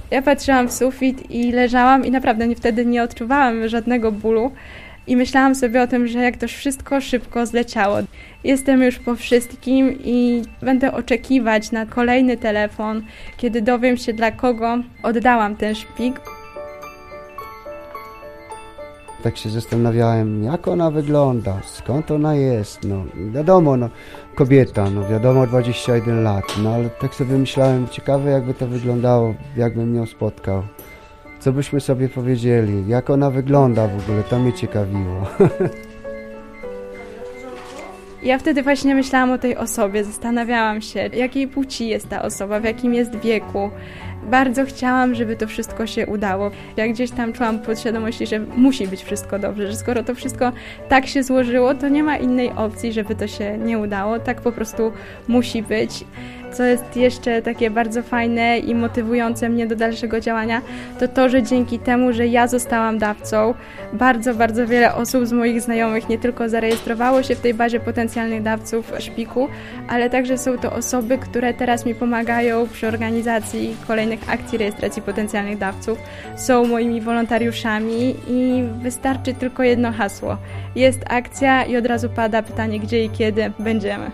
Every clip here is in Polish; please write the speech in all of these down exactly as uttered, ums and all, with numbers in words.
Ja patrzyłam w sufit i leżałam i naprawdę wtedy nie odczuwałam żadnego bólu. I myślałam sobie o tym, że jak to wszystko szybko zleciało. Jestem już po wszystkim i będę oczekiwać na kolejny telefon, kiedy dowiem się, dla kogo oddałam ten szpik. Tak się zastanawiałem, jak ona wygląda, skąd ona jest. No wiadomo, no, kobieta, no wiadomo, dwadzieścia jeden lat, no ale tak sobie myślałem, ciekawe jakby to wyglądało, jakbym ją spotkał. Co byśmy sobie powiedzieli, jak ona wygląda w ogóle, to mnie ciekawiło. Ja wtedy właśnie myślałam o tej osobie, zastanawiałam się, jakiej płci jest ta osoba, w jakim jest wieku. Bardzo chciałam, żeby to wszystko się udało. Ja gdzieś tam czułam podświadomości, że musi być wszystko dobrze, że skoro to wszystko tak się złożyło, to nie ma innej opcji, żeby to się nie udało. Tak po prostu musi być. Co jest jeszcze takie bardzo fajne i motywujące mnie do dalszego działania, to to, że dzięki temu, że ja zostałam dawcą, bardzo, bardzo wiele osób z moich znajomych nie tylko zarejestrowało się w tej bazie potencjalnych dawców szpiku, ale także są to osoby, które teraz mi pomagają przy organizacji kolejnych akcji rejestracji potencjalnych dawców. Są moimi wolontariuszami i wystarczy tylko jedno hasło. Jest akcja i od razu pada pytanie, gdzie i kiedy będziemy.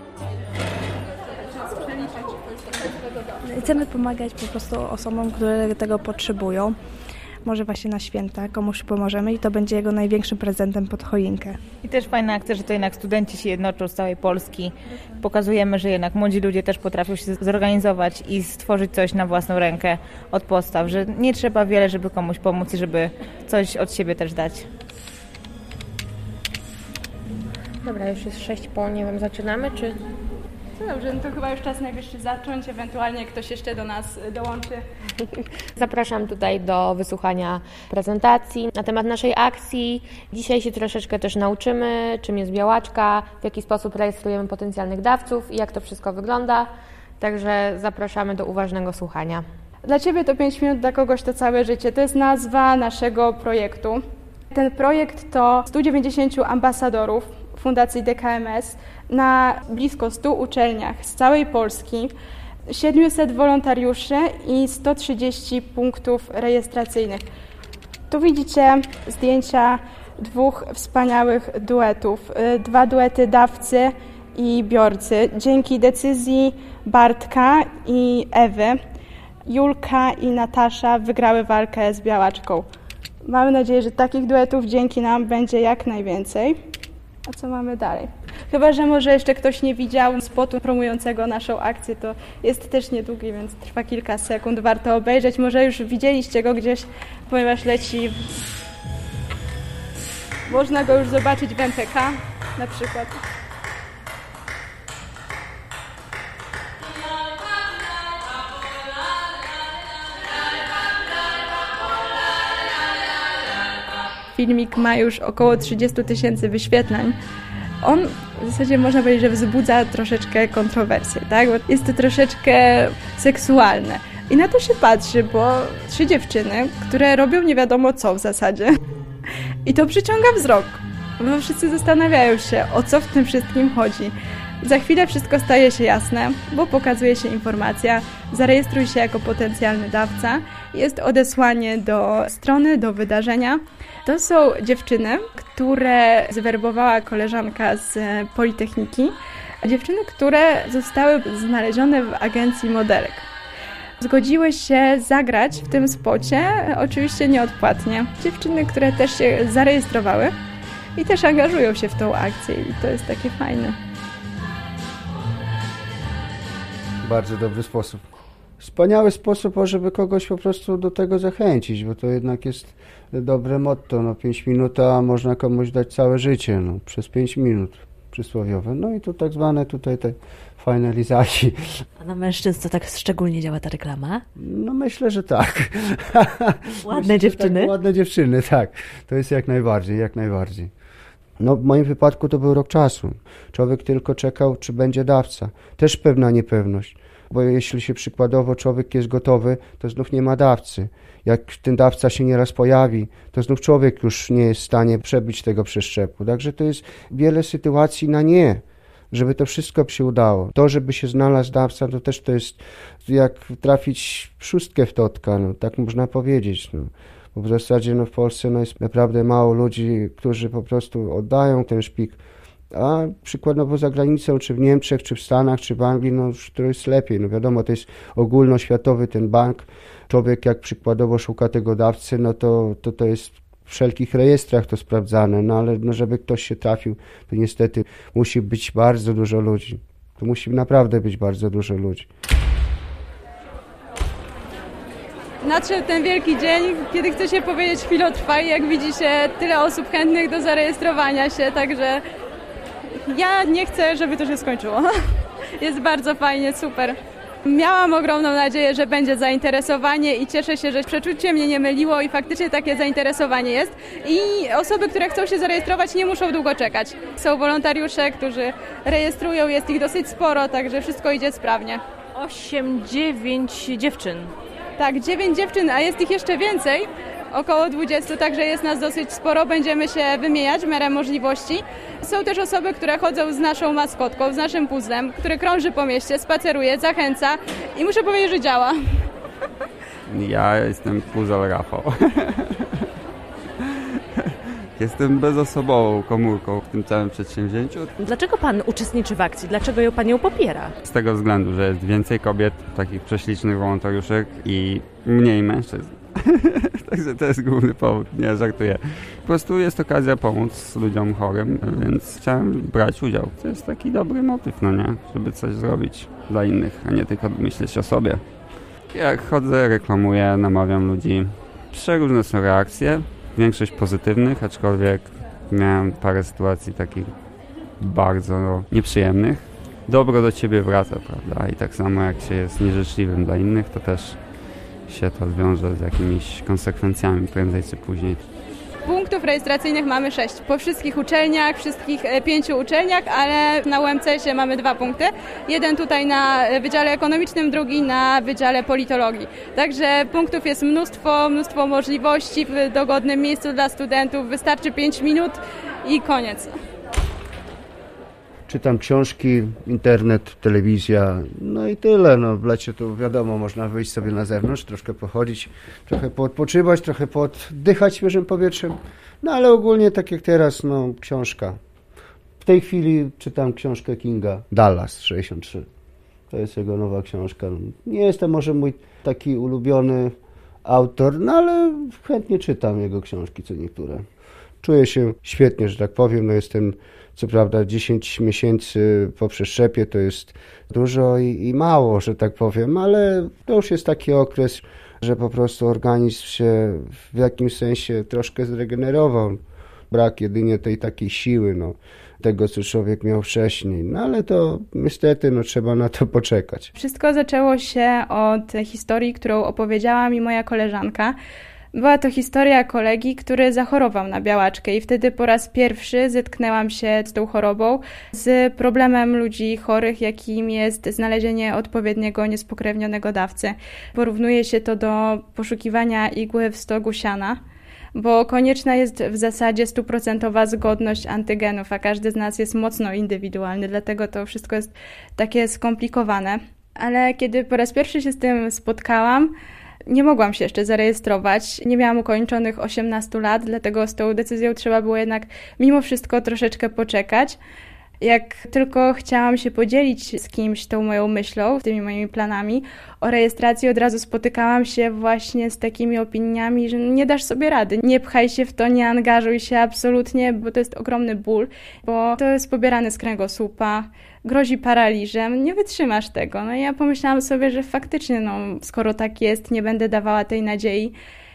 Chcemy pomagać po prostu osobom, które tego potrzebują. Może właśnie na święta komuś pomożemy i to będzie jego największym prezentem pod choinkę. I też fajna akcja, że to jednak studenci się jednoczą z całej Polski. Pokazujemy, że jednak młodzi ludzie też potrafią się zorganizować i stworzyć coś na własną rękę od podstaw, że nie trzeba wiele, żeby komuś pomóc i żeby coś od siebie też dać. Dobra, już jest sześć po, nie wiem, zaczynamy czy... Dobrze, no to chyba już czas najwyższy zacząć, ewentualnie ktoś jeszcze do nas dołączy. Zapraszam tutaj do wysłuchania prezentacji na temat naszej akcji. Dzisiaj się troszeczkę też nauczymy, czym jest białaczka, w jaki sposób rejestrujemy potencjalnych dawców i jak to wszystko wygląda. Także zapraszamy do uważnego słuchania. Dla Ciebie to pięć minut, dla kogoś to całe życie. To jest nazwa naszego projektu. Ten projekt to stu dziewięćdziesięciu ambasadorów Fundacji D K M S na blisko stu uczelniach z całej Polski, siedmiuset wolontariuszy i sto trzydzieści punktów rejestracyjnych. Tu widzicie zdjęcia dwóch wspaniałych duetów. Dwa duety dawcy i biorcy. Dzięki decyzji Bartka i Ewy, Julka i Natasza wygrały walkę z białaczką. Mamy nadzieję, że takich duetów dzięki nam będzie jak najwięcej. A co mamy dalej? Chyba że może jeszcze ktoś nie widział spotu promującego naszą akcję, to jest też niedługi, więc trwa kilka sekund, warto obejrzeć. Może już widzieliście go gdzieś, ponieważ leci... Można go już zobaczyć w M P K na przykład. Filmik ma już około trzydzieści tysięcy wyświetleń. On w zasadzie można powiedzieć, że wzbudza troszeczkę kontrowersje, tak? Bo jest to troszeczkę seksualne. I na to się patrzy, bo trzy dziewczyny, które robią nie wiadomo co w zasadzie. I to przyciąga wzrok, bo wszyscy zastanawiają się, o co w tym wszystkim chodzi. Za chwilę wszystko staje się jasne, bo pokazuje się informacja, zarejestruj się jako potencjalny dawca. Jest odesłanie do strony, do wydarzenia. To są dziewczyny, które zwerbowała koleżanka z Politechniki. Dziewczyny, które zostały znalezione w agencji modelek. Zgodziły się zagrać w tym spocie, oczywiście nieodpłatnie. Dziewczyny, które też się zarejestrowały i też angażują się w tą akcję i to jest takie fajne. Bardzo dobry sposób. Wspaniały sposób, żeby kogoś po prostu do tego zachęcić, bo to jednak jest dobre motto. No, pięć minut, a można komuś dać całe życie, no, przez pięć minut przysłowiowe. No i tu tak zwane tutaj te fajne lizaki. A na mężczyzn to tak szczególnie działa ta reklama? No myślę, że tak. Ładne myślę, dziewczyny? Tak, ładne dziewczyny, tak. To jest jak najbardziej, jak najbardziej. No w moim wypadku to był rok czasu. Człowiek tylko czekał, czy będzie dawca. Też pewna niepewność, bo jeśli się przykładowo człowiek jest gotowy, to znów nie ma dawcy. Jak ten dawca się nieraz pojawi, to znów człowiek już nie jest w stanie przebić tego przeszczepu. Także to jest wiele sytuacji na nie. żeby to wszystko się udało. To, żeby się znalazł dawca, to też to jest jak trafić szóstkę w totka, no, tak można powiedzieć. No. Bo w zasadzie no, w Polsce no, jest naprawdę mało ludzi, którzy po prostu oddają ten szpik. A przykładowo za granicą, czy w Niemczech, czy w Stanach, czy w Anglii, no to jest lepiej. No wiadomo, to jest ogólnoświatowy ten bank. Człowiek jak przykładowo szuka tego dawcy, no to to, to jest w wszelkich rejestrach to sprawdzane, no ale no, żeby ktoś się trafił, to niestety musi być bardzo dużo ludzi. To musi naprawdę być bardzo dużo ludzi. Nadszedł ten wielki dzień, kiedy chce się powiedzieć chwilę trwa i jak widzi się tyle osób chętnych do zarejestrowania się, także ja nie chcę, żeby to się skończyło. Jest bardzo fajnie, super. Miałam ogromną nadzieję, że będzie zainteresowanie i cieszę się, że przeczucie mnie nie myliło i faktycznie takie zainteresowanie jest. I osoby, które chcą się zarejestrować, nie muszą długo czekać. Są wolontariusze, którzy rejestrują, jest ich dosyć sporo, także wszystko idzie sprawnie. Osiem, dziewięć dziewczyn. Tak, dziewięć dziewczyn, a jest ich jeszcze więcej, około dwudziestu, także jest nas dosyć sporo, będziemy się wymieniać w miarę możliwości. Są też osoby, które chodzą z naszą maskotką, z naszym puzzlem, który krąży po mieście, spaceruje, zachęca i muszę powiedzieć, że działa. Ja jestem Puzzle Rafał. Jestem bezosobową komórką w tym całym przedsięwzięciu. Dlaczego pan uczestniczy w akcji? Dlaczego ją pan ją popiera? Z tego względu, że jest więcej kobiet, takich prześlicznych wolontariuszek i mniej mężczyzn. Także to jest główny powód, nie żartuję. Po prostu jest okazja pomóc ludziom chorym, więc chciałem brać udział. To jest taki dobry motyw, no nie? Żeby coś zrobić dla innych, a nie tylko myśleć o sobie. Jak chodzę, reklamuję, namawiam ludzi. Przeróżne są reakcje. Większość pozytywnych, aczkolwiek miałem parę sytuacji takich bardzo no, nieprzyjemnych. Dobro do ciebie wraca, prawda? I tak samo jak się jest nieżyczliwym dla innych, to też się to wiąże z jakimiś konsekwencjami prędzej czy później. Punktów rejestracyjnych mamy sześć. Po wszystkich uczelniach, wszystkich pięciu uczelniach, ale na U M C sie mamy dwa punkty. Jeden tutaj na Wydziale Ekonomicznym, drugi na Wydziale Politologii. Także punktów jest mnóstwo, mnóstwo możliwości w dogodnym miejscu dla studentów. Wystarczy pięć minut i koniec. Czytam książki, internet, telewizja, no i tyle. No, w lecie to wiadomo, można wyjść sobie na zewnątrz, troszkę pochodzić, trochę poodpoczywać, trochę pooddychać świeżym powietrzem. No ale ogólnie tak jak teraz, no książka. W tej chwili czytam książkę Kinga, Dallas sześćdziesiąt trzy. To jest jego nowa książka. Nie jest to może mój taki ulubiony autor, no ale chętnie czytam jego książki, co niektóre. Czuję się świetnie, że tak powiem, no jestem co prawda dziesięć miesięcy po przeszczepie to jest dużo i, i mało, że tak powiem, ale to już jest taki okres, że po prostu organizm się w jakimś sensie troszkę zregenerował. Brak jedynie tej takiej siły, no, tego, co człowiek miał wcześniej. No ale to niestety no, trzeba na to poczekać. Wszystko zaczęło się od historii, którą opowiedziała mi moja koleżanka. Była to historia kolegi, który zachorował na białaczkę i wtedy po raz pierwszy zetknęłam się z tą chorobą, z problemem ludzi chorych, jakim jest znalezienie odpowiedniego, niespokrewnionego dawcy. Porównuje się to do poszukiwania igły w stogu siana, bo konieczna jest w zasadzie stuprocentowa zgodność antygenów, a każdy z nas jest mocno indywidualny, dlatego to wszystko jest takie skomplikowane. Ale kiedy po raz pierwszy się z tym spotkałam, nie mogłam się jeszcze zarejestrować, nie miałam ukończonych osiemnastu lat, dlatego z tą decyzją trzeba było jednak mimo wszystko troszeczkę poczekać. Jak tylko chciałam się podzielić z kimś tą moją myślą, tymi moimi planami o rejestracji, od razu spotykałam się właśnie z takimi opiniami, że nie dasz sobie rady, nie pchaj się w to, nie angażuj się absolutnie, bo to jest ogromny ból, bo to jest pobierane z kręgosłupa, grozi paraliżem, nie wytrzymasz tego. No i ja pomyślałam sobie, że faktycznie, no, skoro tak jest, nie będę dawała tej nadziei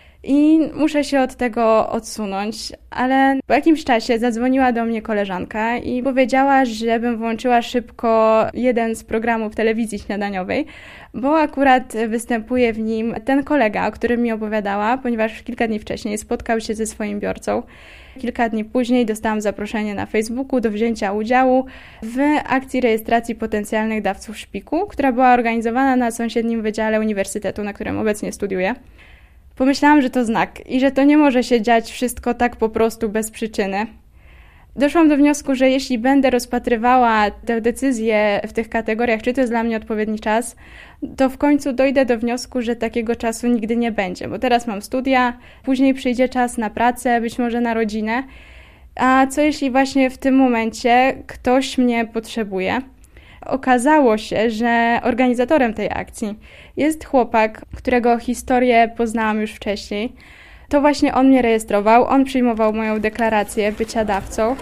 i muszę się od tego odsunąć, ale po jakimś czasie zadzwoniła do mnie koleżanka i powiedziała, żebym włączyła szybko jeden z programów telewizji śniadaniowej, bo akurat występuje w nim ten kolega, o którym mi opowiadała, ponieważ kilka dni wcześniej spotkał się ze swoim biorcą. Kilka dni później dostałam zaproszenie na Facebooku do wzięcia udziału w akcji rejestracji potencjalnych dawców szpiku, która była organizowana na sąsiednim wydziale uniwersytetu, na którym obecnie studiuję. Pomyślałam, że to znak i że to nie może się dziać wszystko tak po prostu bez przyczyny. Doszłam do wniosku, że jeśli będę rozpatrywała tę decyzję w tych kategoriach, czy to jest dla mnie odpowiedni czas, to w końcu dojdę do wniosku, że takiego czasu nigdy nie będzie, bo teraz mam studia, później przyjdzie czas na pracę, być może na rodzinę, a co jeśli właśnie w tym momencie ktoś mnie potrzebuje? Okazało się, że organizatorem tej akcji jest chłopak, którego historię poznałam już wcześniej. To właśnie on mnie rejestrował, on przyjmował moją deklarację bycia dawcą.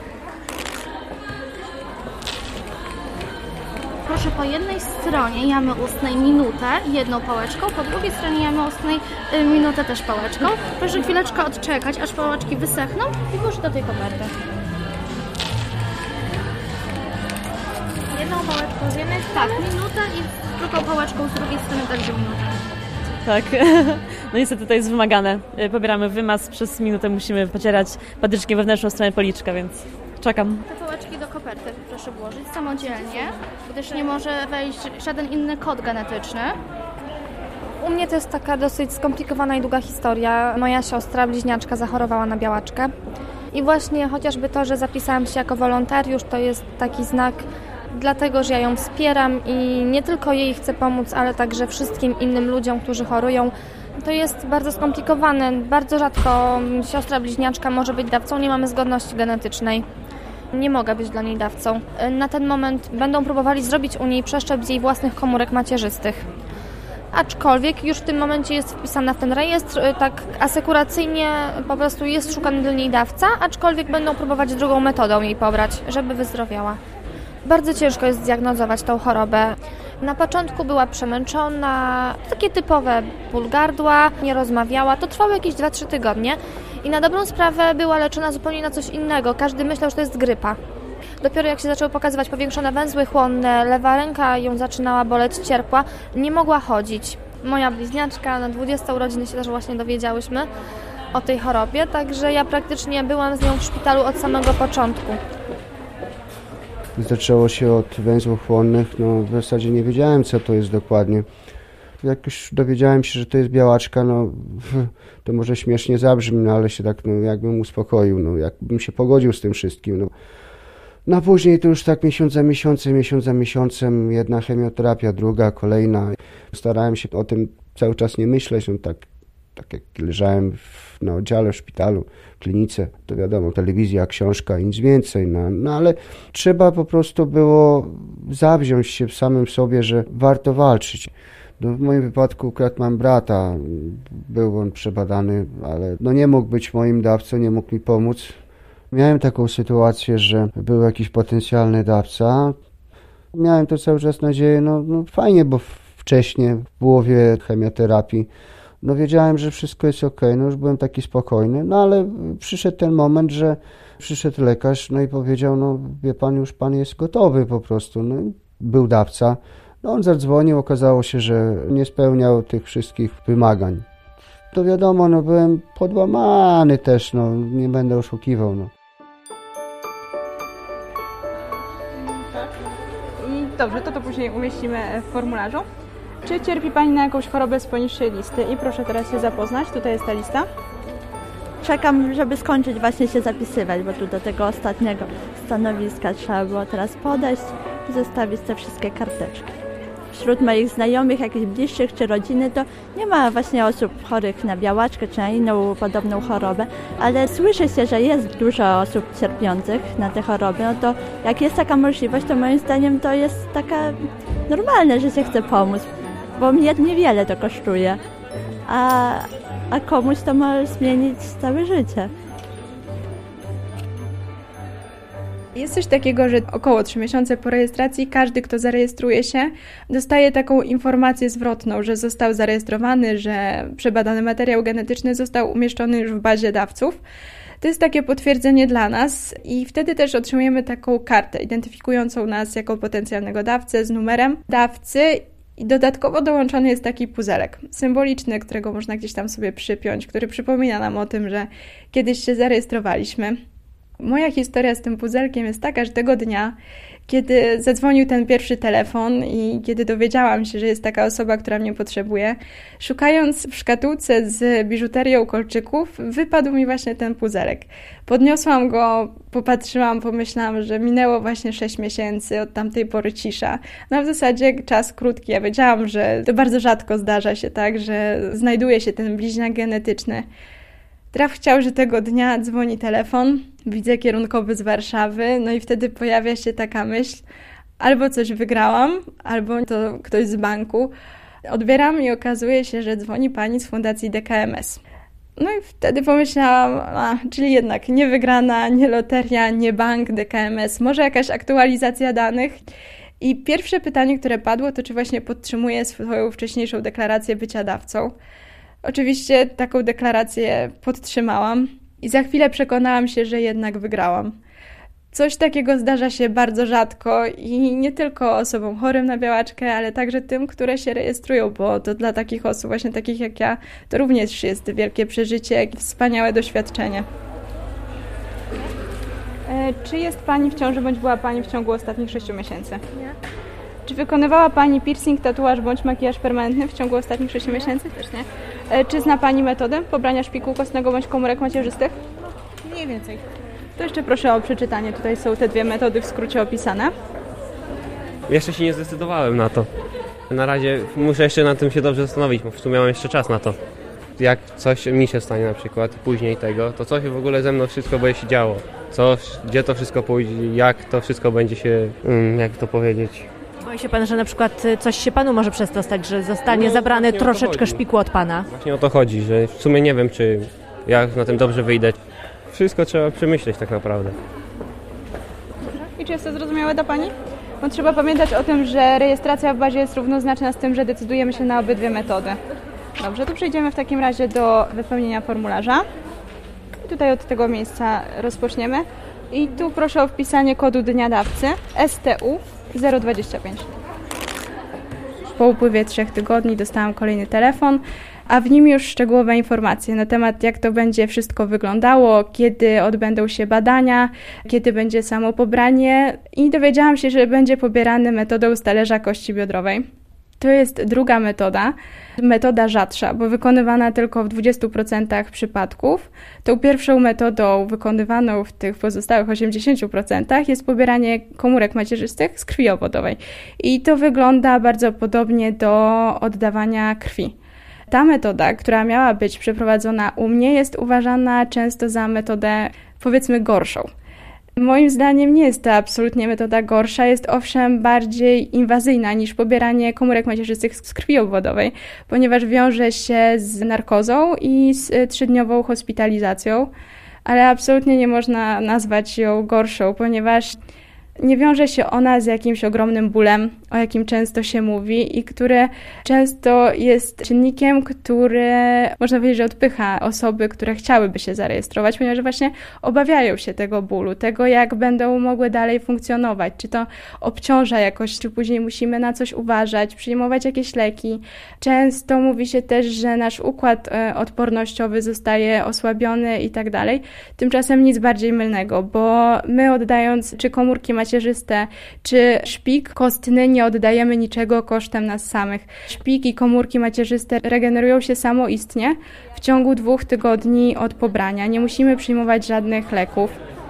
Proszę, po jednej stronie jamy ustnej minutę jedną pałeczką, po drugiej stronie jamy ustnej y, minutę też pałeczką. Proszę chwileczkę odczekać, aż pałeczki wysechną i włożyć do tej koperty. Jedną pałeczką z jednej strony, tak, minutę i drugą pałeczką z drugiej strony także minutę. Tak, no niestety to jest wymagane. Pobieramy wymaz, przez minutę musimy pocierać patyczkiem wewnętrzną stronę policzka, więc czekam. Te pałeczki do koperty proszę włożyć samodzielnie, gdyż nie może wejść żaden inny kod genetyczny. U mnie to jest taka dosyć skomplikowana i długa historia. Moja siostra, bliźniaczka, zachorowała na białaczkę. I właśnie chociażby to, że zapisałam się jako wolontariusz, to jest taki znak, dlatego że ja ją wspieram i nie tylko jej chcę pomóc, ale także wszystkim innym ludziom, którzy chorują. To jest bardzo skomplikowane. Bardzo rzadko siostra bliźniaczka może być dawcą, nie mamy zgodności genetycznej. Nie mogę być dla niej dawcą. Na ten moment będą próbowali zrobić u niej przeszczep z jej własnych komórek macierzystych. Aczkolwiek już w tym momencie jest wpisana w ten rejestr, tak asekuracyjnie po prostu jest szukany dla niej dawca, aczkolwiek będą próbować drugą metodą jej pobrać, żeby wyzdrowiała. Bardzo ciężko jest zdiagnozować tą chorobę. Na początku była przemęczona, takie typowe ból gardła, nie rozmawiała. To trwało jakieś dwa trzy tygodnie i na dobrą sprawę była leczona zupełnie na coś innego. Każdy myślał, że to jest grypa. Dopiero jak się zaczęły pokazywać powiększone węzły chłonne, lewa ręka ją zaczynała boleć, cierpła, nie mogła chodzić. Moja bliźniaczka na dwudzieste urodziny się też właśnie dowiedziałyśmy o tej chorobie, także ja praktycznie byłam z nią w szpitalu od samego początku. Zaczęło się od węzłów chłonnych, no w zasadzie nie wiedziałem, co to jest dokładnie. Jak już dowiedziałem się, że to jest białaczka, no to może śmiesznie zabrzmi, no ale się tak, no jakbym uspokoił, no jakbym się pogodził z tym wszystkim, no. No a później to już tak miesiąc za miesiącem, miesiąc za miesiącem, jedna chemioterapia, druga, kolejna. Starałem się o tym cały czas nie myśleć, no tak, tak jak leżałem w, na oddziale w szpitalu, klinice, to wiadomo, telewizja, książka, nic więcej, no, no ale trzeba po prostu było zawziąć się w samym sobie, że warto walczyć. No, w moim wypadku akurat mam brata, był on przebadany, ale no nie mógł być moim dawcą, nie mógł mi pomóc. Miałem taką sytuację, że był jakiś potencjalny dawca. Miałem to cały czas nadzieję, no, no fajnie, bo wcześniej w połowie chemioterapii no wiedziałem, że wszystko jest okej, okay, no już byłem taki spokojny, no ale przyszedł ten moment, że przyszedł lekarz, no i powiedział, no wie pan, już pan jest gotowy po prostu, no był dawca. No on zadzwonił, okazało się, że nie spełniał tych wszystkich wymagań. To wiadomo, no byłem podłamany też, no nie będę oszukiwał, no. I dobrze, to to później umieścimy w formularzu. Czy cierpi Pani na jakąś chorobę z poniższej listy? I proszę teraz się zapoznać, tutaj jest ta lista. Czekam, żeby skończyć właśnie się zapisywać, bo tu do tego ostatniego stanowiska trzeba było teraz podejść i zostawić te wszystkie karteczki. Wśród moich znajomych, jakichś bliższych czy rodziny, to nie ma właśnie osób chorych na białaczkę czy na inną podobną chorobę, ale słyszy się, że jest dużo osób cierpiących na tę chorobę, no to jak jest taka możliwość, to moim zdaniem to jest taka normalne, że się chce pomóc, bo mnie niewiele to kosztuje, a, a komuś to może zmienić całe życie. Jest coś takiego, że około trzy miesiące po rejestracji każdy, kto zarejestruje się, dostaje taką informację zwrotną, że został zarejestrowany, że przebadany materiał genetyczny został umieszczony już w bazie dawców. To jest takie potwierdzenie dla nas i wtedy też otrzymujemy taką kartę identyfikującą nas jako potencjalnego dawcę z numerem dawcy i dodatkowo dołączony jest taki puzelek symboliczny, którego można gdzieś tam sobie przypiąć, który przypomina nam o tym, że kiedyś się zarejestrowaliśmy. Moja historia z tym puzelkiem jest taka, że tego dnia, kiedy zadzwonił ten pierwszy telefon i kiedy dowiedziałam się, że jest taka osoba, która mnie potrzebuje, szukając w szkatułce z biżuterią kolczyków, wypadł mi właśnie ten puzelek. Podniosłam go, popatrzyłam, pomyślałam, że minęło właśnie sześć miesięcy, od tamtej pory cisza. No w zasadzie czas krótki. Ja wiedziałam, że to bardzo rzadko zdarza się tak, że znajduje się ten bliźniak genetyczny. Traf chciał, że tego dnia dzwoni telefon, widzę kierunkowy z Warszawy, no i wtedy pojawia się taka myśl, albo coś wygrałam, albo to ktoś z banku. Odbieram i okazuje się, że dzwoni pani z Fundacji D K M S. No i wtedy pomyślałam, a, czyli jednak nie wygrana, nie loteria, nie bank, D K M S, może jakaś aktualizacja danych. I pierwsze pytanie, które padło, to czy właśnie podtrzymuję swoją wcześniejszą deklarację bycia dawcą. Oczywiście taką deklarację podtrzymałam i za chwilę przekonałam się, że jednak wygrałam. Coś takiego zdarza się bardzo rzadko i nie tylko osobom chorym na białaczkę, ale także tym, które się rejestrują, bo to dla takich osób, właśnie takich jak ja, to również jest wielkie przeżycie i wspaniałe doświadczenie. E, czy jest Pani w ciąży, bądź była Pani w ciągu ostatnich sześciu miesięcy? Nie. Czy wykonywała Pani piercing, tatuaż bądź makijaż permanentny w ciągu ostatnich sześciu miesięcy? Też nie. E, czy zna Pani metodę pobrania szpiku kostnego bądź komórek macierzystych? Mniej więcej. To jeszcze proszę o przeczytanie. Tutaj są te dwie metody w skrócie opisane. Jeszcze się nie zdecydowałem na to. Na razie muszę jeszcze nad tym się dobrze zastanowić, bo w sumie mam jeszcze czas na to. Jak coś mi się stanie na przykład, później tego, to co się w ogóle ze mną wszystko będzie się działo? Co, gdzie to wszystko pójdzie, jak to wszystko będzie się, jak to powiedzieć... Boi się Pan, że na przykład coś się Panu może przez to stać, że zostanie no, zabrany troszeczkę szpiku od Pana? Właśnie o to chodzi, że w sumie nie wiem, czy ja na tym dobrze wyjdę. Wszystko trzeba przemyśleć tak naprawdę. I czy jest to zrozumiałe dla Pani? Bo trzeba pamiętać o tym, że rejestracja w bazie jest równoznaczna z tym, że decydujemy się na obydwie metody. Dobrze, to przejdziemy w takim razie do wypełnienia formularza. I tutaj od tego miejsca rozpoczniemy. I tu proszę o wpisanie kodu dnia dawcy S T U zero dwadzieścia pięć. Po upływie trzech tygodni dostałam kolejny telefon, a w nim już szczegółowe informacje na temat, jak to będzie wszystko wyglądało, kiedy odbędą się badania, kiedy będzie samo pobranie i dowiedziałam się, że będzie pobierany metodą z talerza kości biodrowej. To jest druga metoda, metoda rzadsza, bo wykonywana tylko w dwudziestu procentach przypadków. Tą pierwszą metodą wykonywaną w tych pozostałych osiemdziesięciu procentach jest pobieranie komórek macierzystych z krwi obwodowej. I to wygląda bardzo podobnie do oddawania krwi. Ta metoda, która miała być przeprowadzona u mnie, jest uważana często za metodę, powiedzmy, gorszą. Moim zdaniem nie jest to absolutnie metoda gorsza, jest owszem bardziej inwazyjna niż pobieranie komórek macierzystych z krwi obwodowej, ponieważ wiąże się z narkozą i z trzydniową hospitalizacją, ale absolutnie nie można nazwać ją gorszą, ponieważ nie wiąże się ona z jakimś ogromnym bólem, o jakim często się mówi i który często jest czynnikiem, który można powiedzieć, że odpycha osoby, które chciałyby się zarejestrować, ponieważ właśnie obawiają się tego bólu, tego jak będą mogły dalej funkcjonować, czy to obciąża jakoś, czy później musimy na coś uważać, przyjmować jakieś leki. Często mówi się też, że nasz układ odpornościowy zostaje osłabiony i tak dalej. Tymczasem nic bardziej mylnego, bo my oddając czy komórki macierzyste, czy szpik kostny nie oddajemy niczego kosztem nas samych. Szpik i komórki macierzyste regenerują się samoistnie w ciągu dwóch tygodni od pobrania. Nie musimy przyjmować żadnych leków.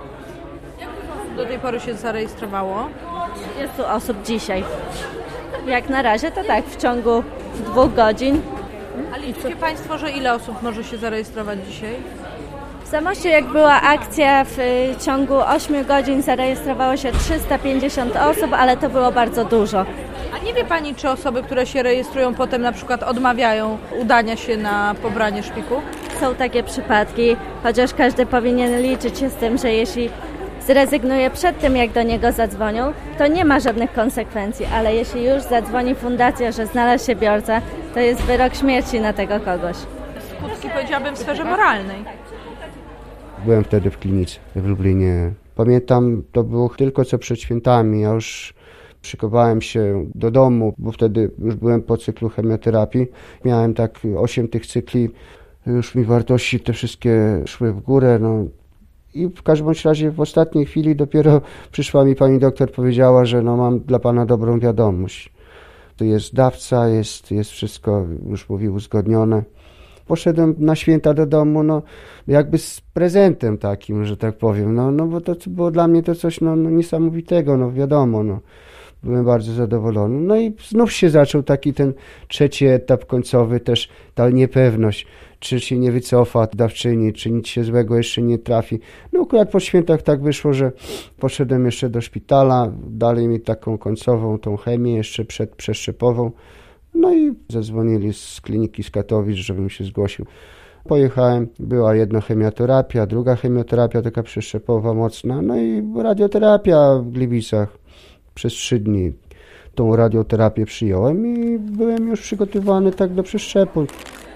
Do tej pory się zarejestrowało? trzydziestu osób dzisiaj. Jak na razie to tak, w ciągu dwóch godzin. A liczycie Państwo, że ile osób może się zarejestrować dzisiaj? W Zamościu, jak była akcja, w ciągu ośmiu godzin zarejestrowało się trzysta pięćdziesiąt osób, ale to było bardzo dużo. A nie wie Pani, czy osoby, które się rejestrują, potem na przykład odmawiają udania się na pobranie szpiku? Są takie przypadki, chociaż każdy powinien liczyć się z tym, że jeśli zrezygnuje przed tym, jak do niego zadzwonią, to nie ma żadnych konsekwencji, ale jeśli już zadzwoni fundacja, że znalazł się biorca, to jest wyrok śmierci na tego kogoś. Skutki, powiedziałabym, w sferze moralnej. Byłem wtedy w klinice w Lublinie. Pamiętam, to było tylko co przed świętami. Ja już szykowałem się do domu, bo wtedy już byłem po cyklu chemioterapii. Miałem tak osiem tych cykli. Już mi wartości te wszystkie szły w górę. No. I w każdym bądź razie w ostatniej chwili dopiero przyszła mi pani doktor, powiedziała, że no mam dla pana dobrą wiadomość. To jest dawca, jest, jest wszystko, już mówił, uzgodnione. Poszedłem na święta do domu, no jakby z prezentem takim, że tak powiem, no, no bo to było dla mnie to coś no, no, niesamowitego, no wiadomo, no. Byłem bardzo zadowolony. No i znów się zaczął taki ten trzeci etap końcowy, też ta niepewność, czy się nie wycofa dawczyni, czy nic się złego jeszcze nie trafi. No akurat po świętach tak wyszło, że poszedłem jeszcze do szpitala, dali mi taką końcową, tą chemię jeszcze przed przeszczepową. No i zadzwonili z kliniki z Katowic, żebym się zgłosił. Pojechałem, była jedna chemioterapia, druga chemioterapia taka przeszczepowa mocna, no i radioterapia w Gliwicach. Przez trzy dni tą radioterapię przyjąłem i byłem już przygotowany tak do przeszczepu.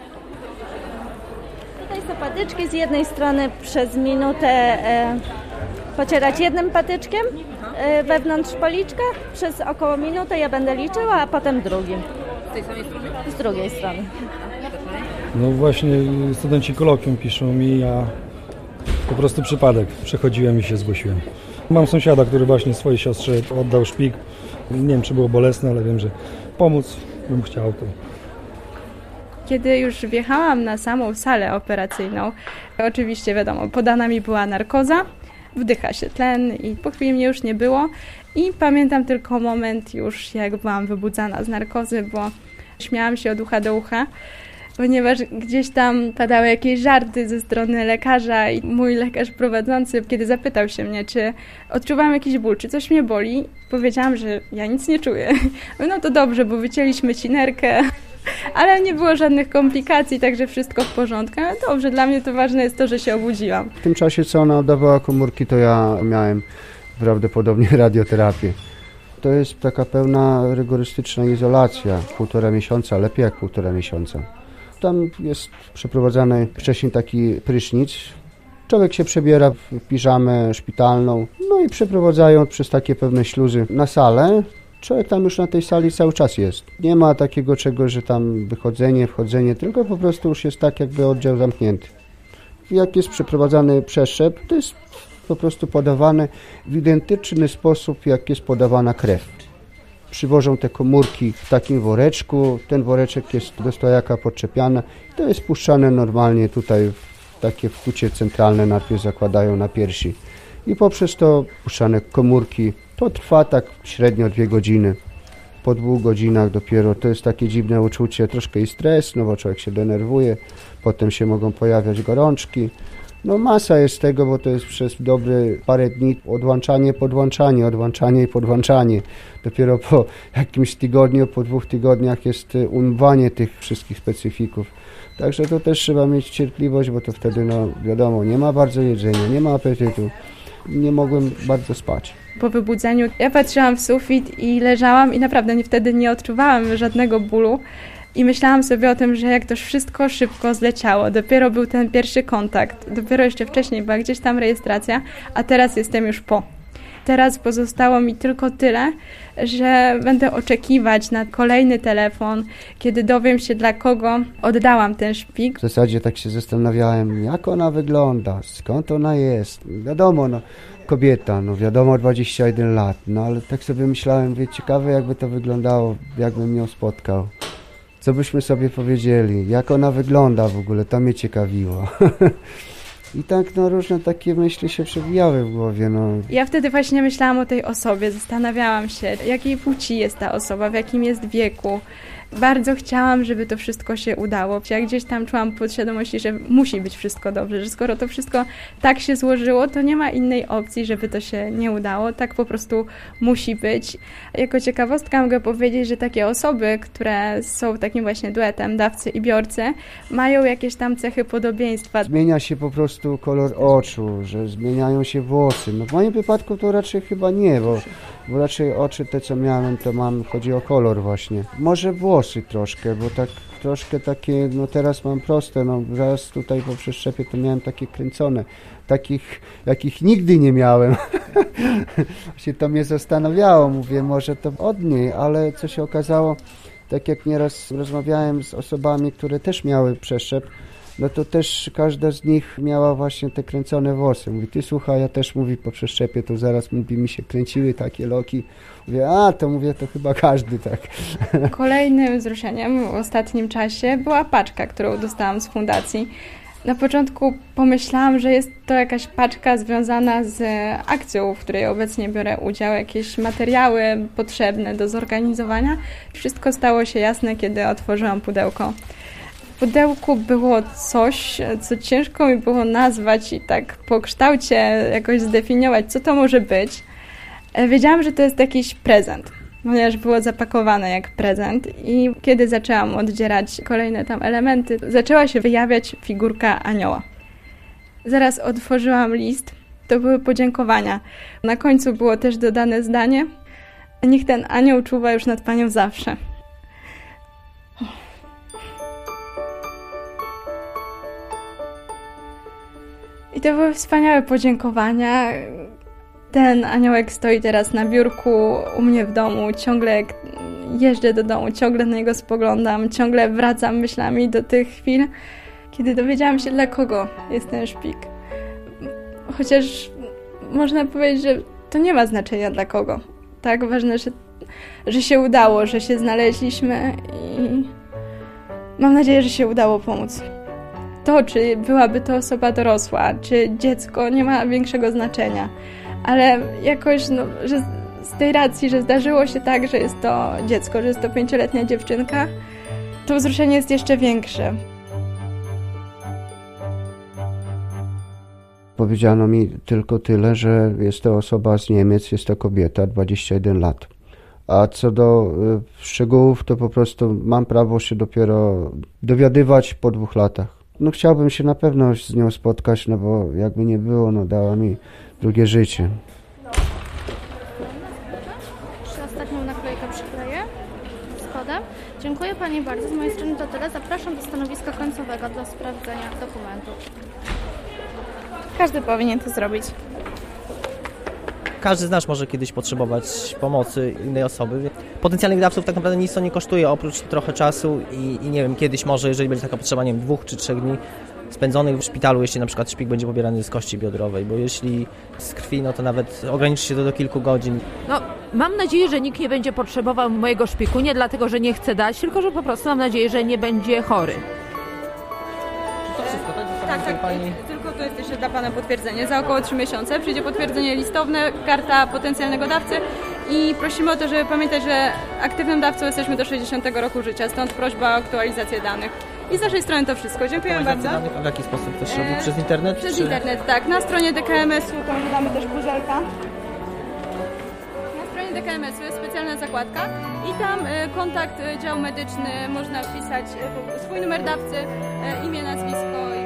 Tutaj są patyczki, z jednej strony przez minutę e, pocierać jednym patyczkiem e, wewnątrz policzka, przez około minutę ja będę liczyła, a potem drugim. Z tej samej strony? Z drugiej strony. No właśnie studenci kolokwium piszą mi, a po prostu przypadek. Przechodziłem i się zgłosiłem. Mam sąsiada, który właśnie swojej siostrze oddał szpik. Nie wiem, czy było bolesne, ale wiem, że pomóc bym chciał to. Kiedy już wjechałam na samą salę operacyjną, oczywiście wiadomo, podana mi była narkoza, wdycha się tlen i po chwili mnie już nie było. I pamiętam tylko moment już, jak byłam wybudzana z narkozy, bo śmiałam się od ucha do ucha, ponieważ gdzieś tam padały jakieś żarty ze strony lekarza i mój lekarz prowadzący, kiedy zapytał się mnie, czy odczuwam jakiś ból, czy coś mnie boli, powiedziałam, że ja nic nie czuję. No to dobrze, bo wycięliśmy ci nerkę, ale nie było żadnych komplikacji, także wszystko w porządku. No dobrze, dla mnie to ważne jest to, że się obudziłam. W tym czasie, co ona oddawała komórki, to ja miałem prawdopodobnie radioterapię. To jest taka pełna rygorystyczna izolacja, półtora miesiąca, lepiej jak półtora miesiąca. Tam jest przeprowadzany wcześniej taki prysznic. Człowiek się przebiera w piżamę szpitalną, no i przeprowadzają przez takie pewne śluzy na salę. Człowiek tam już na tej sali cały czas jest. Nie ma takiego czegoś, że tam wychodzenie, wchodzenie, tylko po prostu już jest tak jakby oddział zamknięty. Jak jest przeprowadzany przeszczep, to jest po prostu podawane w identyczny sposób, jak jest podawana krew. Przywożą te komórki w takim woreczku, ten woreczek jest do stojaka podczepiany, to jest puszczane normalnie tutaj w takie wkłucie centralne, najpierw zakładają na piersi i poprzez to puszczane komórki, to trwa tak średnio dwie godziny. Po dwóch godzinach dopiero to jest takie dziwne uczucie, troszkę i stres, no bo człowiek się denerwuje, potem się mogą pojawiać gorączki. No masa jest tego, bo to jest przez dobry parę dni odłączanie, podłączanie, odłączanie i podłączanie. Dopiero po jakimś tygodniu, po dwóch tygodniach jest umywanie tych wszystkich specyfików. Także to też trzeba mieć cierpliwość, bo to wtedy, no wiadomo, nie ma bardzo jedzenia, nie ma apetytu. Nie mogłem bardzo spać. Po wybudzeniu ja patrzyłam w sufit i leżałam i naprawdę nie, wtedy nie odczuwałam żadnego bólu. I myślałam sobie o tym, że jak to wszystko szybko zleciało. Dopiero był ten pierwszy kontakt, dopiero jeszcze wcześniej była gdzieś tam rejestracja, a teraz jestem już po. Teraz pozostało mi tylko tyle, że będę oczekiwać na kolejny telefon, kiedy dowiem się, dla kogo oddałam ten szpik. W zasadzie tak się zastanawiałem, jak ona wygląda, skąd ona jest. Wiadomo, no, kobieta, no wiadomo, dwadzieścia jeden lat, no ale tak sobie myślałem, wie, ciekawe jakby to wyglądało, jakbym ją spotkał. Co byśmy sobie powiedzieli, jak ona wygląda w ogóle, to mnie ciekawiło. I tak no różne takie myśli się przewijały w głowie. No. Ja wtedy właśnie myślałam o tej osobie, zastanawiałam się, jakiej płci jest ta osoba, w jakim jest wieku. Bardzo chciałam, żeby to wszystko się udało. Ja gdzieś tam czułam podświadomości, że musi być wszystko dobrze, że skoro to wszystko tak się złożyło, to nie ma innej opcji, żeby to się nie udało. Tak po prostu musi być. Jako ciekawostka mogę powiedzieć, że takie osoby, które są takim właśnie duetem dawcy i biorcy, mają jakieś tam cechy podobieństwa. Zmienia się po prostu kolor oczu, że zmieniają się włosy. No w moim wypadku to raczej chyba nie, bo, bo raczej oczy te, co miałem, to mam, chodzi o kolor właśnie. Może włosy. Włosy troszkę, bo tak troszkę takie, no teraz mam proste, no raz tutaj po przeszczepie to miałem takie kręcone, takich, jakich nigdy nie miałem. Właśnie to mnie zastanawiało, mówię, może to od niej, ale co się okazało, tak jak nieraz rozmawiałem z osobami, które też miały przeszczep, no to też każda z nich miała właśnie te kręcone włosy. Mówi, ty słuchaj, ja też, mówi, po przeszczepie to zaraz, mówi, mi się kręciły takie loki. Mówię, a, to mówię, to chyba każdy tak. Kolejnym wzruszeniem w ostatnim czasie była paczka, którą dostałam z fundacji. Na początku pomyślałam, że jest to jakaś paczka związana z akcją, w której obecnie biorę udział, jakieś materiały potrzebne do zorganizowania. Wszystko stało się jasne, kiedy otworzyłam pudełko. W pudełku było coś, co ciężko mi było nazwać i tak po kształcie jakoś zdefiniować, co to może być. Wiedziałam, że to jest jakiś prezent, ponieważ było zapakowane jak prezent i kiedy zaczęłam oddzierać kolejne tam elementy, zaczęła się wyjawiać figurka anioła. Zaraz otworzyłam list, to były podziękowania. Na końcu było też dodane zdanie: niech ten anioł czuwa już nad panią zawsze. I to były wspaniałe podziękowania. Ten aniołek stoi teraz na biurku u mnie w domu. Ciągle jak jeżdżę do domu, ciągle na niego spoglądam, ciągle wracam myślami do tych chwil, kiedy dowiedziałam się, dla kogo jest ten szpik. Chociaż można powiedzieć, że to nie ma znaczenia dla kogo. Tak, ważne, że, że się udało, że się znaleźliśmy i mam nadzieję, że się udało pomóc. To, czy byłaby to osoba dorosła, czy dziecko, nie ma większego znaczenia. Ale jakoś, no, że z tej racji, że zdarzyło się tak, że jest to dziecko, że jest to pięcioletnia dziewczynka, to wzruszenie jest jeszcze większe. Powiedziano mi tylko tyle, że jest to osoba z Niemiec, jest to kobieta, dwadzieścia jeden lat. A co do y, szczegółów, to po prostu mam prawo się dopiero dowiadywać po dwóch latach. No chciałbym się na pewno z nią spotkać, no bo jakby nie było, no dała mi drugie życie. Jeszcze ostatnią naklejkę przykleję z kodem. Dziękuję Pani bardzo. Z mojej strony to tyle. Zapraszam do stanowiska końcowego dla sprawdzenia dokumentów. Każdy powinien to zrobić. Każdy z nas może kiedyś potrzebować pomocy innej osoby. Potencjalnych dawców tak naprawdę nic to nie kosztuje, oprócz trochę czasu i, i nie wiem, kiedyś może, jeżeli będzie taka potrzeba, nie wiem, dwóch czy trzech dni spędzonych w szpitalu, jeśli na przykład szpik będzie pobierany z kości biodrowej, bo jeśli z krwi, no to nawet ograniczy się to do kilku godzin. No, mam nadzieję, że nikt nie będzie potrzebował mojego szpiku, nie dlatego, że nie chce dać, tylko że po prostu mam nadzieję, że nie będzie chory. To wszystko, tak? Tak, tak, Pani... tylko to jest jeszcze dla Pana potwierdzenie. Za około trzy miesiące przyjdzie potwierdzenie listowne, karta potencjalnego dawcy i prosimy o to, żeby pamiętać, że aktywnym dawcą jesteśmy do sześćdziesiątego roku życia, stąd prośba o aktualizację danych. I z naszej strony to wszystko. Dziękujemy bardzo. Danych, w jaki sposób też robi? Przez internet? Przez czy... internet, tak. Na stronie D K M S u tam dodamy też puzelka. Na stronie D K M S u jest specjalna zakładka i tam y, kontakt y, dział medyczny, można wpisać y, swój numer dawcy, y, imię, nazwisko